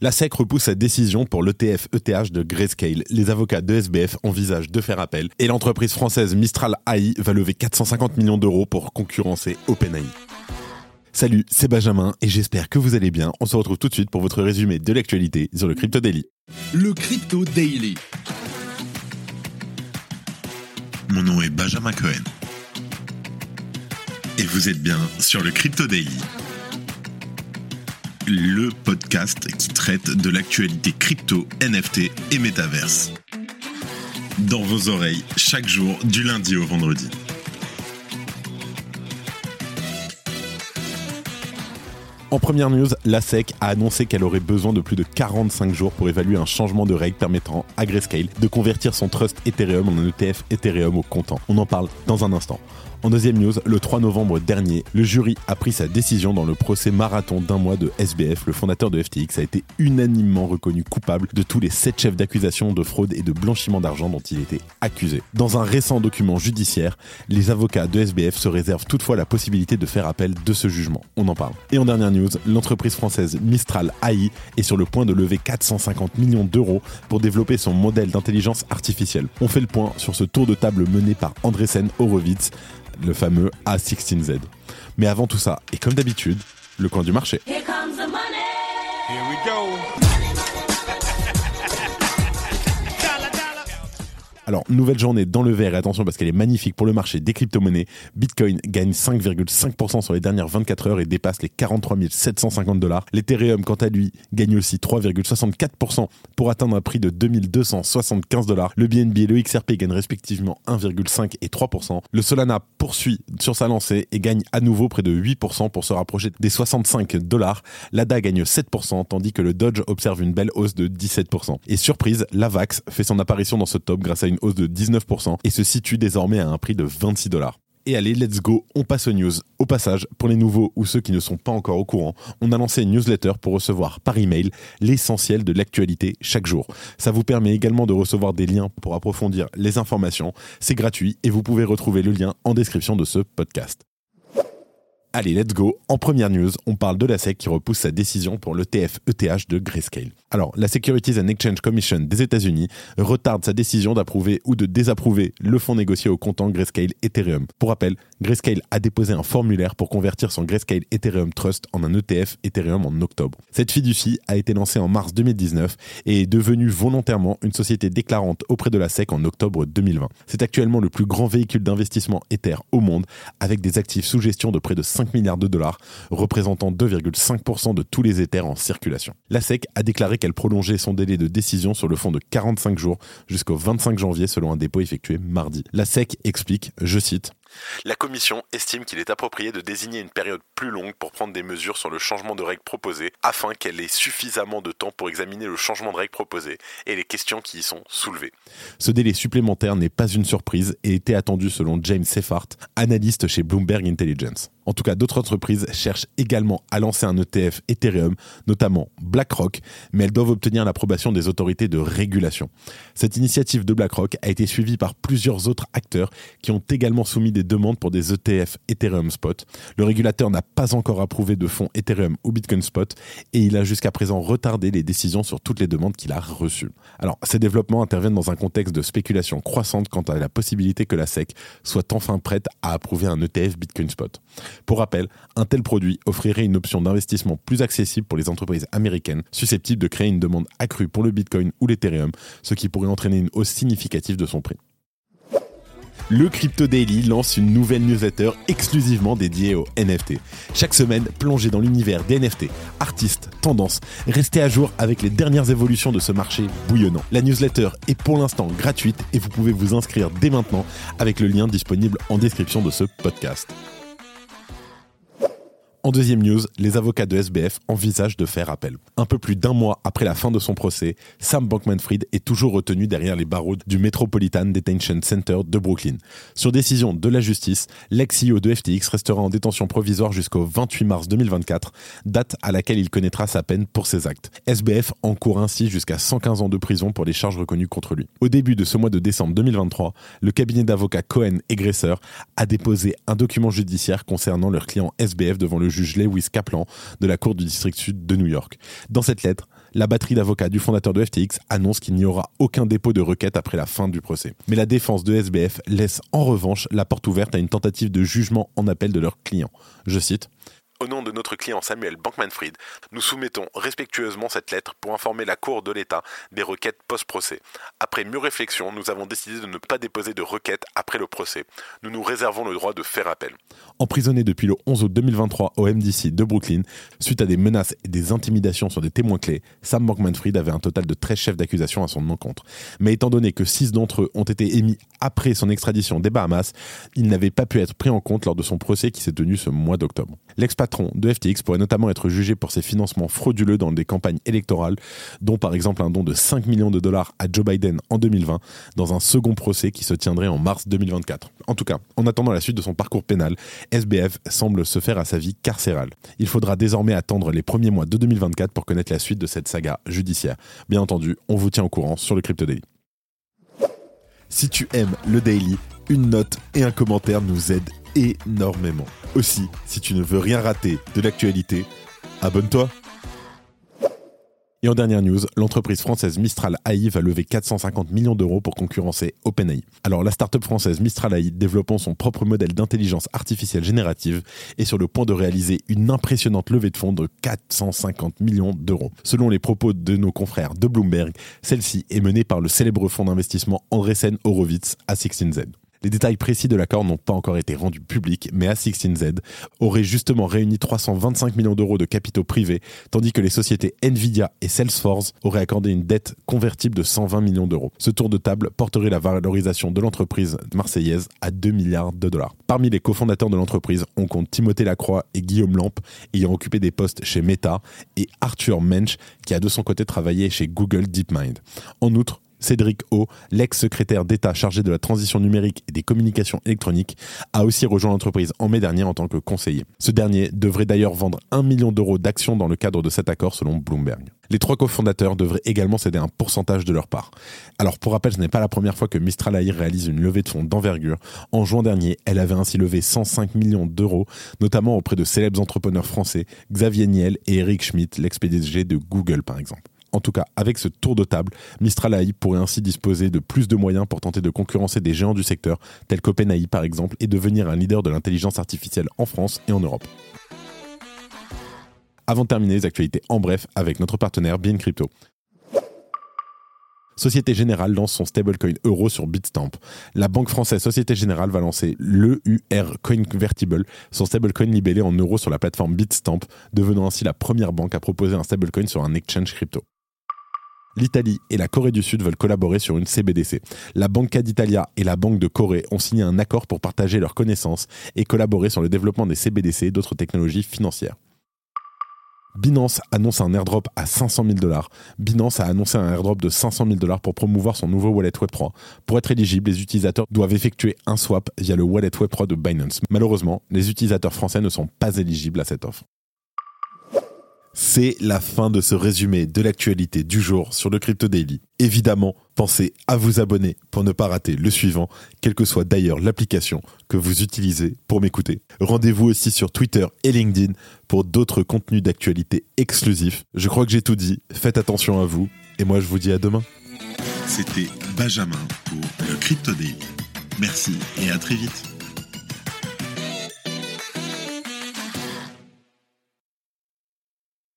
La SEC repousse sa décision pour l'ETF-ETH de Grayscale. Les avocats de SBF envisagent de faire appel et l'entreprise française Mistral AI va lever 450 millions d'euros pour concurrencer OpenAI. Salut, c'est Benjamin et j'espère que vous allez bien. On se retrouve tout de suite pour votre résumé de l'actualité sur le Crypto Daily. Le Crypto Daily. Mon nom est Benjamin Cohen. Et vous êtes bien sur le Crypto Daily. Le podcast qui traite de l'actualité crypto, NFT et métaverse. Dans vos oreilles, chaque jour, du lundi au vendredi. En première news, la SEC a annoncé qu'elle aurait besoin de plus de 45 jours pour évaluer un changement de règle permettant à Grayscale de convertir son trust Ethereum en un ETF Ethereum au comptant. On en parle dans un instant. En deuxième news, le 3 novembre dernier, le jury a pris sa décision dans le procès marathon d'un mois de SBF. Le fondateur de FTX a été unanimement reconnu coupable de tous les 7 chefs d'accusation de fraude et de blanchiment d'argent dont il était accusé. Dans un récent document judiciaire, les avocats de SBF se réservent toutefois la possibilité de faire appel de ce jugement. On en parle. Et en dernière news, l'entreprise française Mistral AI est sur le point de lever 450 millions d'euros pour développer son modèle d'intelligence artificielle. On fait le point sur ce tour de table mené par Andreessen Horowitz, le fameux A16Z. Mais avant tout ça, et comme d'habitude, le coin du marché. Here comes the money. Here we go. Alors, nouvelle journée dans le vert, et attention parce qu'elle est magnifique pour le marché des crypto-monnaies. Bitcoin gagne 5,5% sur les dernières 24 heures et dépasse les 43 750 $. L'Ethereum, quant à lui, gagne aussi 3,64% pour atteindre un prix de 2275 $. Le BNB et le XRP gagnent respectivement 1,5 et 3%. Le Solana poursuit sur sa lancée et gagne à nouveau près de 8% pour se rapprocher des 65 $. L'ADA gagne 7%, tandis que le Doge observe une belle hausse de 17%. Et surprise, l'AVAX fait son apparition dans ce top grâce à une hausse de 19% et se situe désormais à un prix de 26 $. Et allez, let's go, on passe aux news. Au passage, pour les nouveaux ou ceux qui ne sont pas encore au courant, on a lancé une newsletter pour recevoir par email l'essentiel de l'actualité chaque jour. Ça vous permet également de recevoir des liens pour approfondir les informations. C'est gratuit et vous pouvez retrouver le lien en description de ce podcast. Allez, let's go. En première news, on parle de la SEC qui repousse sa décision pour l'ETF-ETH de Grayscale. Alors, la Securities and Exchange Commission des États-Unis retarde sa décision d'approuver ou de désapprouver le fonds négocié au comptant Grayscale Ethereum. Pour rappel, Grayscale a déposé un formulaire pour convertir son Grayscale Ethereum Trust en un ETF Ethereum en octobre. Cette fiducie a été lancée en mars 2019 et est devenue volontairement une société déclarante auprès de la SEC en octobre 2020. C'est actuellement le plus grand véhicule d'investissement Ether au monde, avec des actifs sous gestion de près de 5 milliards de dollars, représentant 2,5% de tous les Ethers en circulation. La SEC a déclaré qu'elle prolongeait son délai de décision sur le fonds de 45 jours jusqu'au 25 janvier selon un dépôt effectué mardi. La SEC explique, je cite, « La Commission estime qu'il est approprié de désigner une période plus longue pour prendre des mesures sur le changement de règles proposées afin qu'elle ait suffisamment de temps pour examiner le changement de règles proposées et les questions qui y sont soulevées. » Ce délai supplémentaire n'est pas une surprise et était attendu selon James Seyffart, analyste chez Bloomberg Intelligence. En tout cas, d'autres entreprises cherchent également à lancer un ETF Ethereum, notamment BlackRock, mais elles doivent obtenir l'approbation des autorités de régulation. Cette initiative de BlackRock a été suivie par plusieurs autres acteurs qui ont également soumis des demandes pour des ETF Ethereum Spot. Le régulateur n'a pas encore approuvé de fonds Ethereum ou Bitcoin Spot et il a jusqu'à présent retardé les décisions sur toutes les demandes qu'il a reçues. Alors, ces développements interviennent dans un contexte de spéculation croissante quant à la possibilité que la SEC soit enfin prête à approuver un ETF Bitcoin Spot. Pour rappel, un tel produit offrirait une option d'investissement plus accessible pour les entreprises américaines susceptibles de créer une demande accrue pour le Bitcoin ou l'Ethereum, ce qui pourrait entraîner une hausse significative de son prix. Le Crypto Daily lance une nouvelle newsletter exclusivement dédiée aux NFT. Chaque semaine, plongez dans l'univers des NFT, artistes, tendances, restez à jour avec les dernières évolutions de ce marché bouillonnant. La newsletter est pour l'instant gratuite et vous pouvez vous inscrire dès maintenant avec le lien disponible en description de ce podcast. En deuxième news, les avocats de SBF envisagent de faire appel. Un peu plus d'un mois après la fin de son procès, Sam Bankman-Fried est toujours retenu derrière les barreaux du Metropolitan Detention Center de Brooklyn. Sur décision de la justice, l'ex-CEO de FTX restera en détention provisoire jusqu'au 28 mars 2024, date à laquelle il connaîtra sa peine pour ses actes. SBF encourt ainsi jusqu'à 115 ans de prison pour les charges reconnues contre lui. Au début de ce mois de décembre 2023, le cabinet d'avocats Cohen et Gresseur a déposé un document judiciaire concernant leur client SBF devant le juge Lewis Kaplan de la Cour du district sud de New York. Dans cette lettre, La batterie d'avocats du fondateur de FTX annonce qu'il n'y aura aucun dépôt de requête après la fin du procès. Mais la défense de SBF laisse en revanche la porte ouverte à une tentative de jugement en appel de leur client. Je cite: au nom de notre client Samuel Bankman-Fried, nous soumettons respectueusement cette lettre pour informer la Cour de l'État des requêtes post-procès. Après mûre réflexion, nous avons décidé de ne pas déposer de requête après le procès. Nous nous réservons le droit de faire appel. Emprisonné depuis le 11 août 2023 au MDC de Brooklyn, suite à des menaces et des intimidations sur des témoins clés, Sam Bankman-Fried avait un total de 13 chefs d'accusation à son encontre. Mais étant donné que 6 d'entre eux ont été émis après son extradition des Bahamas, il n'avait pas pu être pris en compte lors de son procès qui s'est tenu ce mois d'octobre. L'ex-patron de FTX pourrait notamment être jugé pour ses financements frauduleux dans des campagnes électorales, dont par exemple un don de 5 millions de dollars à Joe Biden en 2020, dans un second procès qui se tiendrait en mars 2024. En tout cas, en attendant la suite de son parcours pénal, SBF semble se faire à sa vie carcérale. Il faudra désormais attendre les premiers mois de 2024 pour connaître la suite de cette saga judiciaire. Bien entendu, on vous tient au courant sur le Crypto Daily. Si tu aimes le Daily, une note et un commentaire nous aident énormément. Aussi, si tu ne veux rien rater de l'actualité, abonne-toi. Et en dernière news, l'entreprise française Mistral AI va lever 450 millions d'euros pour concurrencer OpenAI. Alors la start-up française Mistral AI, développant son propre modèle d'intelligence artificielle générative, est sur le point de réaliser une impressionnante levée de fonds de 450 millions d'euros. Selon les propos de nos confrères de Bloomberg, celle-ci est menée par le célèbre fonds d'investissement Andreessen Horowitz A16Z. Les détails précis de l'accord n'ont pas encore été rendus publics, mais A16Z aurait justement réuni 325 millions d'euros de capitaux privés, tandis que les sociétés Nvidia et Salesforce auraient accordé une dette convertible de 120 millions d'euros. Ce tour de table porterait la valorisation de l'entreprise marseillaise à 2 milliards de dollars. Parmi les cofondateurs de l'entreprise, on compte Timothée Lacroix et Guillaume Lampe, ayant occupé des postes chez Meta, et Arthur Mensch, qui a de son côté travaillé chez Google DeepMind. En outre, Cédric O, l'ex-secrétaire d'État chargé de la transition numérique et des communications électroniques, a aussi rejoint l'entreprise en mai dernier en tant que conseiller. Ce dernier devrait d'ailleurs vendre 1 million d'euros d'actions dans le cadre de cet accord selon Bloomberg. Les 3 cofondateurs devraient également céder un pourcentage de leur part. Alors pour rappel, ce n'est pas la première fois que Mistral AI réalise une levée de fonds d'envergure. En juin dernier, elle avait ainsi levé 105 millions d'euros, notamment auprès de célèbres entrepreneurs français, Xavier Niel et Eric Schmidt, l'ex-PDG de Google par exemple. En tout cas, avec ce tour de table, Mistral AI pourrait ainsi disposer de plus de moyens pour tenter de concurrencer des géants du secteur, tels qu'OpenAI par exemple, et devenir un leader de l'intelligence artificielle en France et en Europe. Avant de terminer les actualités en bref avec notre partenaire Bien Crypto. Société Générale lance son stablecoin euro sur Bitstamp. La banque française Société Générale va lancer l'EUR Convertible, son stablecoin libellé en euros sur la plateforme Bitstamp, devenant ainsi la première banque à proposer un stablecoin sur un exchange crypto. L'Italie et la Corée du Sud veulent collaborer sur une CBDC. La Banca d'Italia et la Banque de Corée ont signé un accord pour partager leurs connaissances et collaborer sur le développement des CBDC et d'autres technologies financières. Binance annonce un airdrop à 500 000 $. Binance a annoncé un airdrop de 500 000 $. Pour promouvoir son nouveau wallet Web3. Pour être éligible, les utilisateurs doivent effectuer un swap via le wallet Web3 de Binance. Malheureusement, les utilisateurs français ne sont pas éligibles à cette offre. C'est la fin de ce résumé de l'actualité du jour sur le Crypto Daily. Évidemment, pensez à vous abonner pour ne pas rater le suivant, quelle que soit d'ailleurs l'application que vous utilisez pour m'écouter. Rendez-vous aussi sur Twitter et LinkedIn pour d'autres contenus d'actualité exclusifs. Je crois que j'ai tout dit, faites attention à vous, et moi je vous dis à demain. C'était Benjamin pour le Crypto Daily. Merci et à très vite.